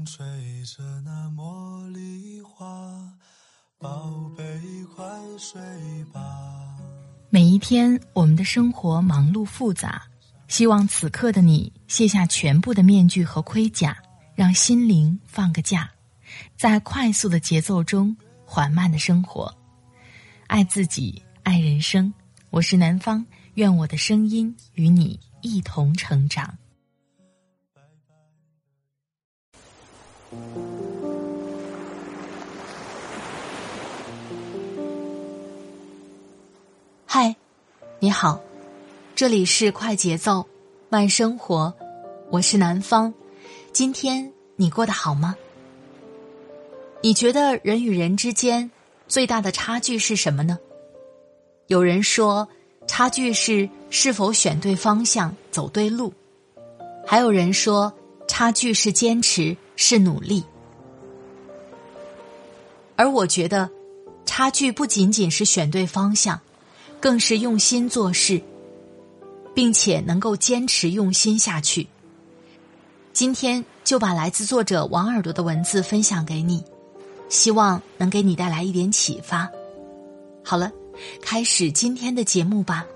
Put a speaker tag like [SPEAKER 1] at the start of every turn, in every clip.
[SPEAKER 1] 吹着那茉莉花，宝贝快睡吧。
[SPEAKER 2] 每一天，我们的生活忙碌复杂，希望此刻的你卸下全部的面具和盔甲，让心灵放个假，在快速的节奏中缓慢的生活，爱自己，爱人生。我是南方，愿我的声音与你一同成长。嗨，你好，这里是快节奏慢生活，我是南方。今天你过得好吗？你觉得人与人之间最大的差距是什么呢？有人说，差距是否选对方向，走对路。还有人说，差距是坚持，是努力。而我觉得，差距不仅仅是选对方向，更是用心做事，并且能够坚持用心下去。今天就把来自作者王耳朵的文字分享给你，希望能给你带来一点启发。好了，开始今天的节目吧。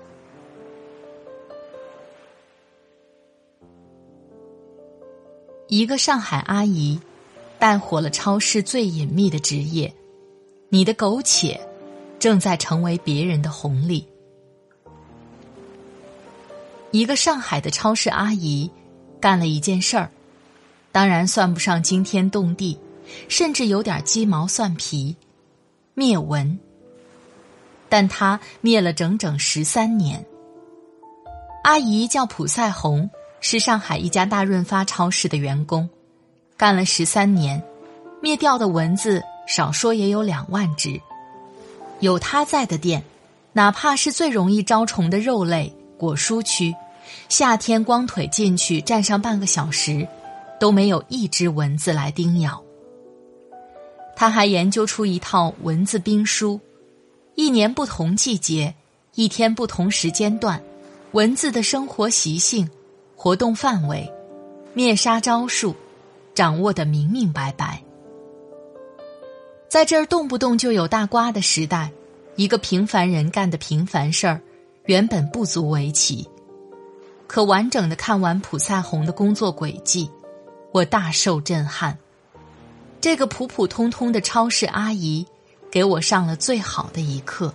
[SPEAKER 2] 一个上海阿姨带火了超市最隐秘的职业，你的苟且正在成为别人的红利。一个上海的超市阿姨干了一件事儿，当然算不上惊天动地，甚至有点鸡毛蒜皮，灭蚊。但她灭了整整13年。阿姨叫卜赛红，是上海一家大润发超市的员工，干了13年，灭掉的蚊子少说也有2万只。有她在的店，哪怕是最容易招虫的肉类、果蔬区，夏天光腿进去站上半个小时，都没有一只蚊子来叮咬。她还研究出一套蚊子兵书，1年不同季节，1天不同时间段，蚊子的生活习性、活动范围、灭杀招数，掌握得明明白白。在这儿动不动就有大瓜的时代，一个平凡人干的平凡事儿，原本不足为奇。可完整的看完卜赛红的工作轨迹，我大受震撼。这个普普通通的超市阿姨，给我上了最好的一课。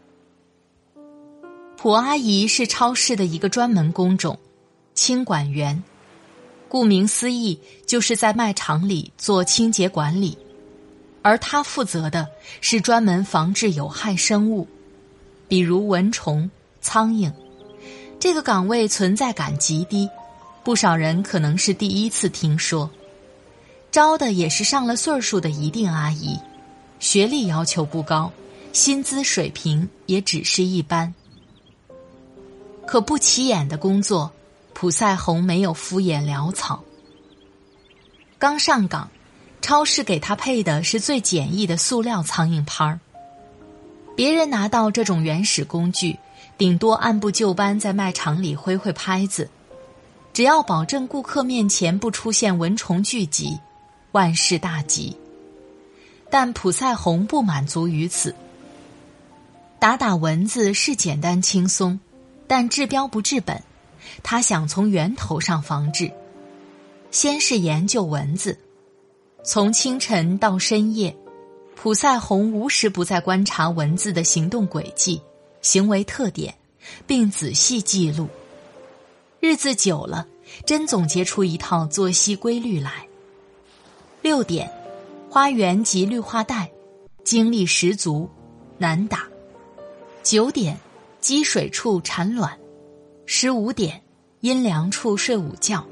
[SPEAKER 2] 卜阿姨是超市的一个专门工种，清管员。顾名思义，就是在卖场里做清洁管理。而她负责的是专门防治有害生物，比如蚊虫、苍蝇。这个岗位存在感极低，不少人可能是第一次听说。招的也是上了岁数的一定阿姨，学历要求不高，薪资水平也只是一般。可不起眼的工作，卜赛红没有敷衍潦草。刚上岗，超市给他配的是最简易的塑料苍蝇拍儿。别人拿到这种原始工具，顶多按部就班在卖场里挥挥拍子，只要保证顾客面前不出现蚊虫聚集，万事大吉。但卜赛红不满足于此，打蚊子是简单轻松，但治标不治本，他想从源头上防治。先是研究蚊子，从清晨到深夜，卜赛红无时不在观察蚊子的行动轨迹、行为特点，并仔细记录。日子久了，真总结出一套作息规律来。6点，花园及绿化带，精力十足，难打。9点，积水处产卵。15点，阴凉处睡午觉。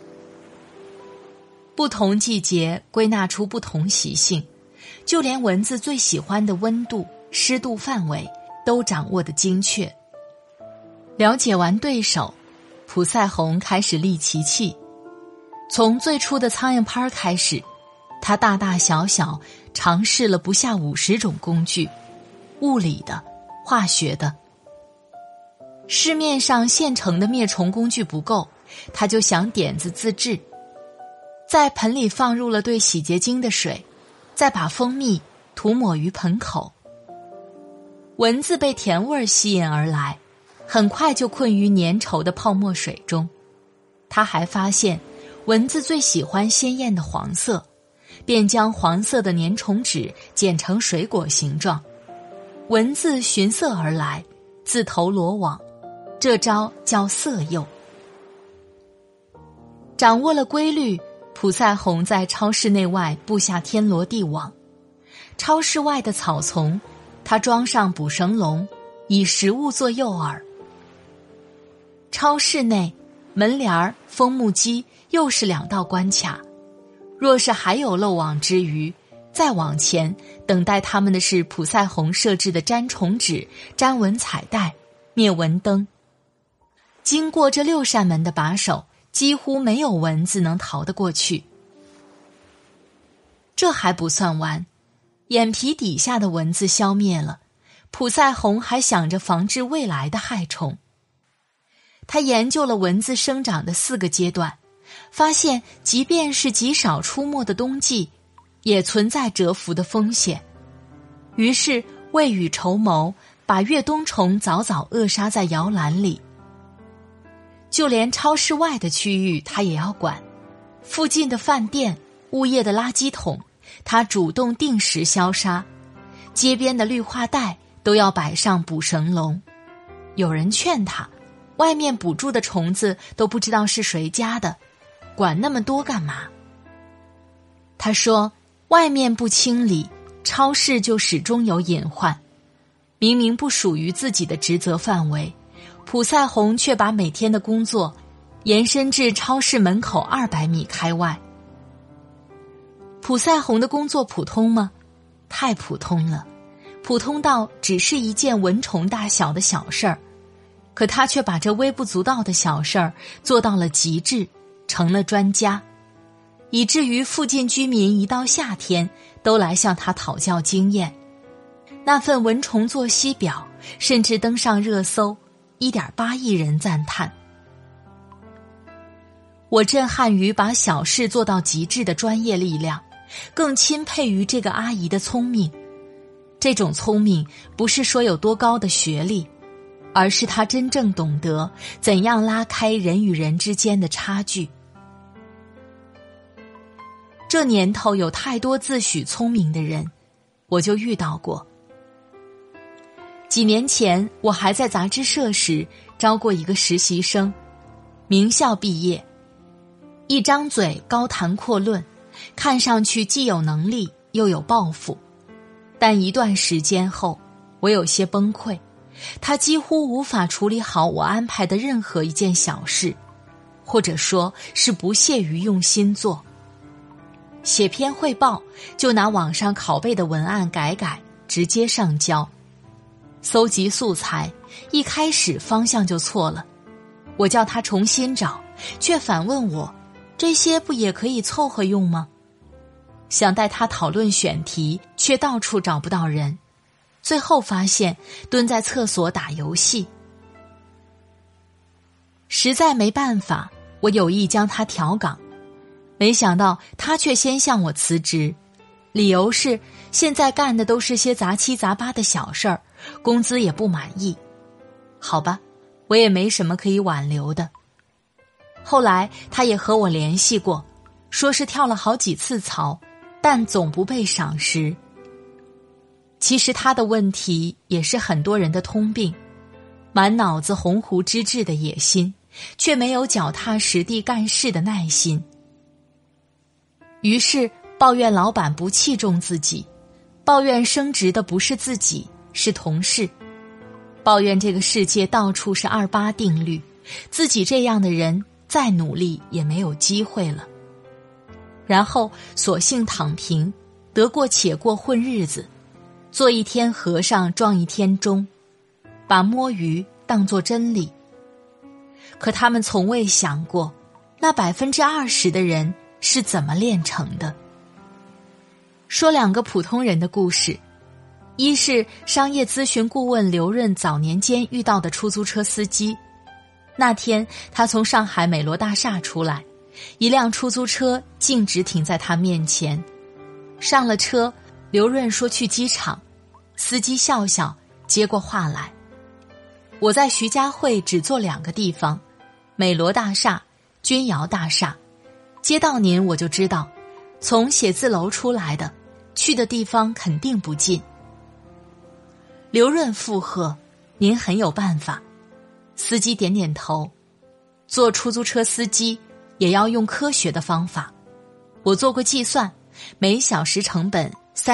[SPEAKER 2] 不同季节归纳出不同习性，就连蚊子最喜欢的温度、湿度范围都掌握得精确。了解完对手，卜赛红开始立奇器。从最初的苍蝇拍开始，他大大小小尝试了不下50种工具，物理的、化学的。市面上现成的灭虫工具不够，他就想点子自制。 在盆里放入了兑洗洁精的水，再把蜂蜜涂抹于盆口。蚊子被甜味吸引而来，很快就困于粘稠的泡沫水中。他还发现蚊子最喜欢鲜艳的黄色，便将黄色的粘虫纸剪成水果形状。蚊子循色而来，自投罗网，这招叫色诱。掌握了规律，卜赛红在超市内外布下天罗地网。超市外的草丛，他装上捕绳笼，以食物做诱饵。超市内，门帘、枫木机又是2道关卡。若是还有漏网之鱼，再往前，等待他们的是卜赛红设置的粘虫纸、粘蚊彩带、灭蚊灯。经过这6扇门的把手，几乎没有蚊子能逃得过去。这还不算完，眼皮底下的蚊子消灭了，卜赛红还想着防治未来的害虫。他研究了蚊子生长的4个阶段，发现即便是极少出没的冬季，也存在蛰伏的风险。于是未雨绸缪，把越冬虫早早扼杀在摇篮里。就连超市外的区域他也要管，附近的饭店、物业的垃圾桶，他主动定时消杀。街边的绿化带都要摆上捕绳笼。有人劝他，外面捕住的虫子都不知道是谁家的，管那么多干嘛？他说，外面不清理，超市就始终有隐患。明明不属于自己的职责范围，卜赛红却把每天的工作延伸至超市门口200米开外。卜赛红的工作普通吗？太普通了，普通到只是一件蚊虫大小的小事儿，可他却把这微不足道的小事儿做到了极致，成了专家，以至于附近居民一到夏天都来向他讨教经验。那份蚊虫作息表甚至登上热搜，1.8亿人赞叹。我震撼于把小事做到极致的专业力量，更钦佩于这个阿姨的聪明。这种聪明不是说有多高的学历，而是她真正懂得怎样拉开人与人之间的差距。这年头有太多自诩聪明的人，我就遇到过。几年前我还在杂志社时，招过一个实习生，名校毕业，一张嘴高谈阔论，看上去既有能力又有抱负。但一段时间后，我有些崩溃，他几乎无法处理好我安排的任何一件小事，或者说是不屑于用心做。写篇汇报就拿网上拷贝的文案改改，直接上交。搜集素材，一开始方向就错了，我叫他重新找，却反问我，这些不也可以凑合用吗？想带他讨论选题，却到处找不到人，最后发现蹲在厕所打游戏。实在没办法，我有意将他调岗，没想到他却先向我辞职，理由是现在干的都是些杂七杂八的小事儿，工资也不满意。好吧，我也没什么可以挽留的。后来他也和我联系过，说是跳了好几次槽，但总不被赏识。其实他的问题也是很多人的通病，满脑子鸿鹄之志的野心，却没有脚踏实地干事的耐心。于是抱怨老板不器重自己，抱怨升职的不是自己，是同事，抱怨这个世界到处是28定律，自己这样的人再努力也没有机会了。然后索性躺平，得过且过混日子，做一天和尚撞一天钟，把摸鱼当作真理。可他们从未想过，那20%的人是怎么炼成的。说2个普通人的故事，一是商业咨询顾问刘润早年间遇到的出租车司机。那天他从上海美罗大厦出来， 一辆出租车径直停在他面前。上了车，刘润说去机场，司机笑笑接过话来。我在徐家汇只坐2个地方，美罗大厦、君瑶大厦。接到您我就知道，从写字楼出来的，去的地方肯定不近。刘润附和，您很有办法。司机点点头，做出租车司机也要用科学的方法。我做过计算，每小时成本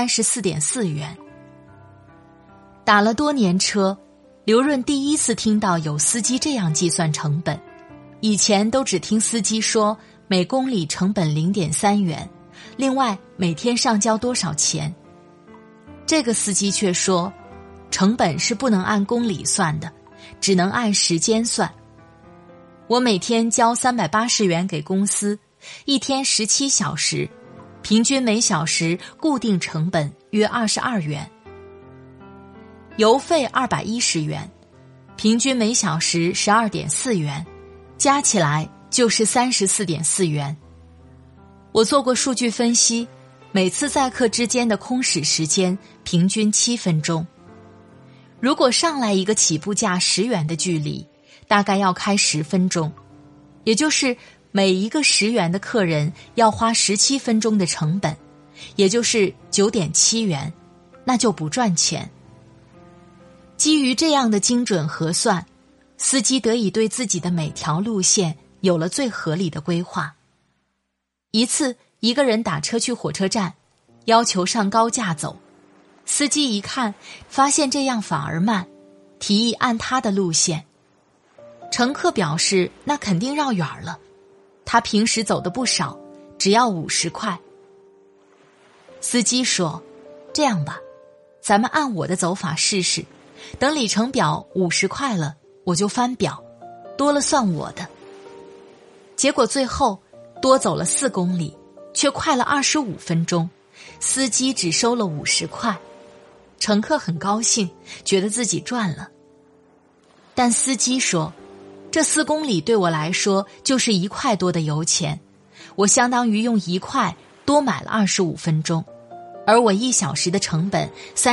[SPEAKER 2] 34.4元。打了多年车，刘润第一次听到有司机这样计算成本，以前都只听司机说每公里成本0.3元，另外每天上交多少钱。这个司机却说，成本是不能按公里算的，只能按时间算。我每天交380元给公司，一天17小时，平均每小时固定成本约22元。油费210元，平均每小时12.4元，加起来就是34.4元。我做过数据分析，每次载客之间的空驶时间平均7分钟。如果上来一个起步价10元的距离，大概要开10分钟，也就是每一个10元的客人要花17分钟的成本，也就是9.7元，那就不赚钱。基于这样的精准核算，司机得以对自己的每条路线有了最合理的规划。一次，一个人打车去火车站，要求上高架走，司机一看，发现这样反而慢，提议按他的路线。乘客表示那肯定绕远了，他平时走的不少，只要50块。司机说，这样吧，咱们按我的走法试试，等里程表50块了，我就翻表，多了算我的。结果最后多走了4公里，却快了25分钟，司机只收了50块。乘客很高兴，觉得自己赚了。但司机说，这4公里对我来说就是1块多的油钱，我相当于用1块多买了25分钟，而我1小时的成本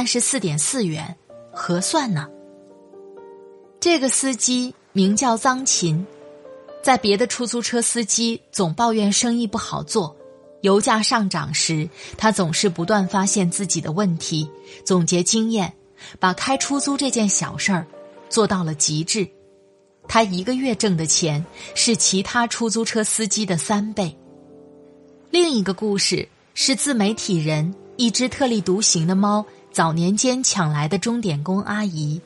[SPEAKER 2] 34.4元，合算呢？这个司机名叫臧琴，在别的出租车司机总抱怨生意不好做，油价上涨时，他总是不断发现自己的问题，总结经验，把开出租这件小事儿做到了极致。他1个月挣的钱是其他出租车司机的3倍。另一个故事是自媒体人一只特立独行的猫早年间抢来的钟点工阿姨。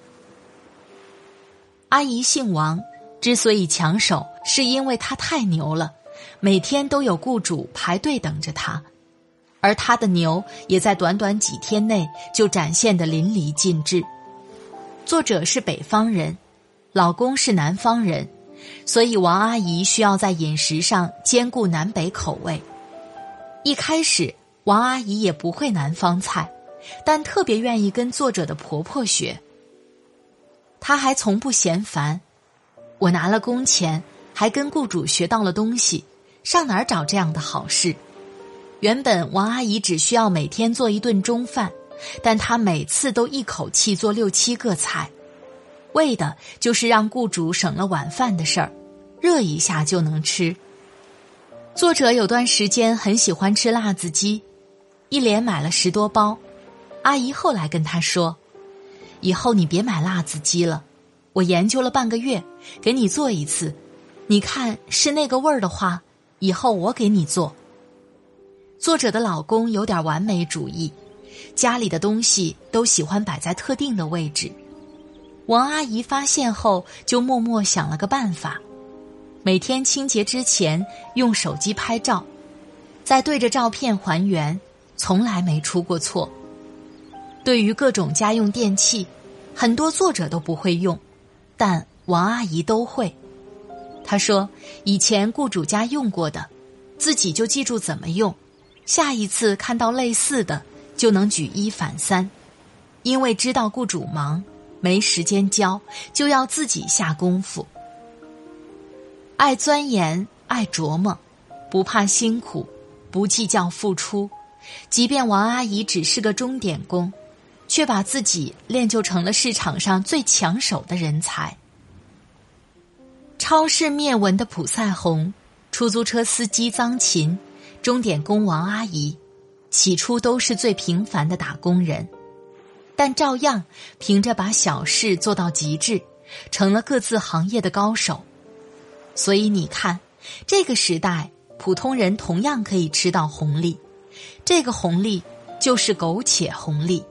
[SPEAKER 2] 阿姨姓王，之所以抢手，是因为她太牛了，每天都有雇主排队等着她，而她的牛也在短短几天内就展现得淋漓尽致。作者是北方人，老公是南方人，所以王阿姨需要在饮食上兼顾南北口味。一开始王阿姨也不会南方菜，但特别愿意跟作者的婆婆学。她还从不嫌烦，我拿了工钱，还跟雇主学到了东西，上哪儿找这样的好事？原本王阿姨只需要每天做一顿中饭，但她每次都一口气做6、7个菜，为的就是让雇主省了晚饭的事儿，热一下就能吃。作者有段时间很喜欢吃辣子鸡，一连买了10多包。阿姨后来跟他说，以后你别买辣子鸡了，我研究了半个月，给你做一次，你看是那个味儿的话，以后我给你做。作者的老公有点完美主义，家里的东西都喜欢摆在特定的位置。王阿姨发现后就默默想了个办法，每天清洁之前用手机拍照，再对着照片还原，从来没出过错。对于各种家用电器，很多作者都不会用，但王阿姨都会。她说以前雇主家用过的，自己就记住怎么用，下一次看到类似的就能举一反三。因为知道雇主忙，没时间教，就要自己下功夫。爱钻研，爱琢磨， 不怕辛苦，不计较付出，即便王阿姨只是个钟点工，却把自己练就成了市场上最抢手的人才。超市灭蚊的普赛红，出租车司机臧琴，钟点工王阿姨，起初都是最平凡的打工人，但照样凭着把小事做到极致，成了各自行业的高手。所以你看，这个时代普通人同样可以吃到红利，这个红利就是苟且红利。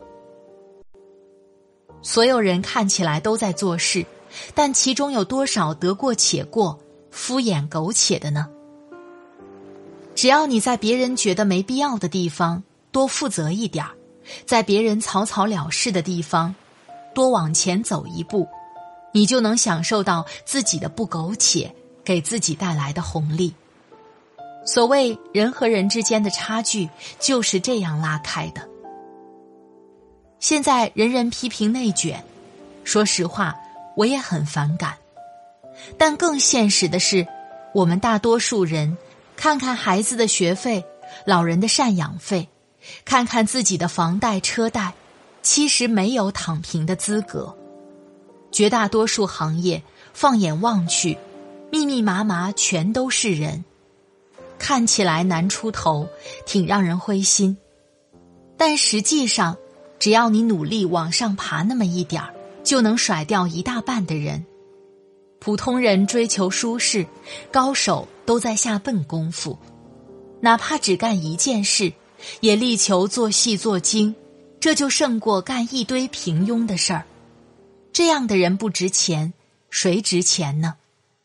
[SPEAKER 2] 所有人看起来都在做事，但其中有多少得过且过、敷衍苟且的呢？只要你在别人觉得没必要的地方多负责一点，在别人草草了事的地方多往前走一步，你就能享受到自己的不苟且给自己带来的红利。所谓人和人之间的差距就是这样拉开的。现在人人批评内卷，说实话我也很反感，但更现实的是，我们大多数人看看孩子的学费、老人的赡养费，看看自己的房贷车贷，其实没有躺平的资格。绝大多数行业放眼望去，密密麻麻全都是人，看起来难出头，挺让人灰心。但实际上，只要你努力往上爬那么一点儿，就能甩掉一大半的人。普通人追求舒适，高手都在下笨功夫，哪怕只干一件事，也力求做细做精，这就胜过干一堆平庸的事儿。这样的人不值钱，谁值钱呢？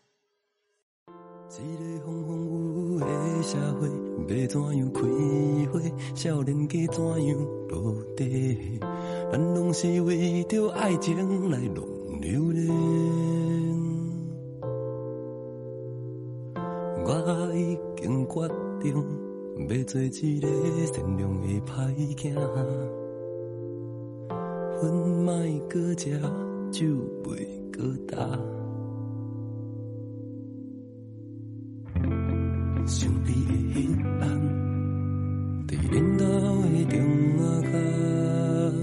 [SPEAKER 3] 一个风风雨雨的社会，要怎样开花？少年家怎样落地？咱拢是为着爱情来弄流连。我已经决定，要做一个善良的歹囝，粉莫搁食，酒袂搁打。想你的迄暗，伫恁兜的中仔脚。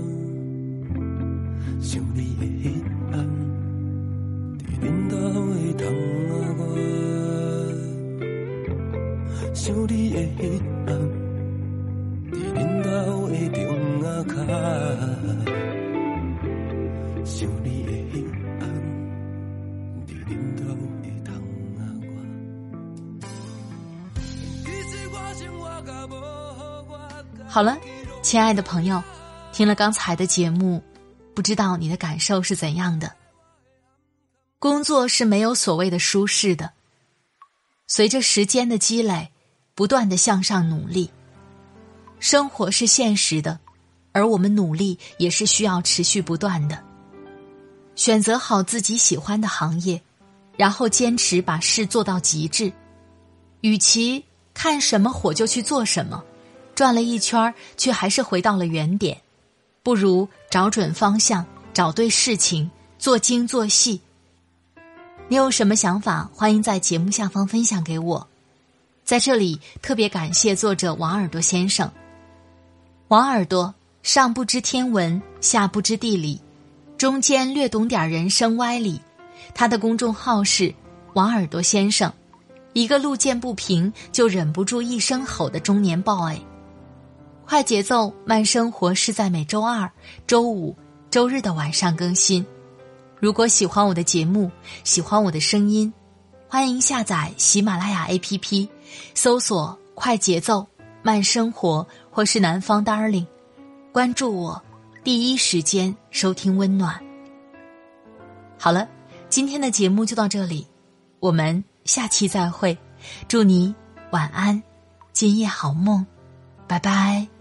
[SPEAKER 3] 想你的迄暗，伫恁兜的窗仔外。想你的迄暗，伫恁兜的中仔脚。想你的迄暗，伫恁兜的窗仔外。
[SPEAKER 2] 好了，亲爱的朋友，听了刚才的节目，不知道你的感受是怎样的？工作是没有所谓的舒适的，随着时间的积累，不断地向上努力。生活是现实的，而我们努力也是需要持续不断的。选择好自己喜欢的行业，然后坚持把事做到极致。与其看什么火就去做什么，转了一圈却还是回到了原点，不如找准方向，找对事情，做精做细。你有什么想法，欢迎在节目下方分享给我。在这里特别感谢作者王耳朵先生。王耳朵上不知天文，下不知地理，中间略懂点人生歪理。他的公众号是王耳朵先生，一个路见不平就忍不住一声吼的中年 boy。 快节奏慢生活是在每周二、周五、周日的晚上更新。如果喜欢我的节目，喜欢我的声音，欢迎下载喜马拉雅 APP， 搜索快节奏慢生活或是南方 Darling， 关注我，第一时间收听温暖。好了，今天的节目就到这里，我们下期再会，祝你晚安，今夜好梦，拜拜。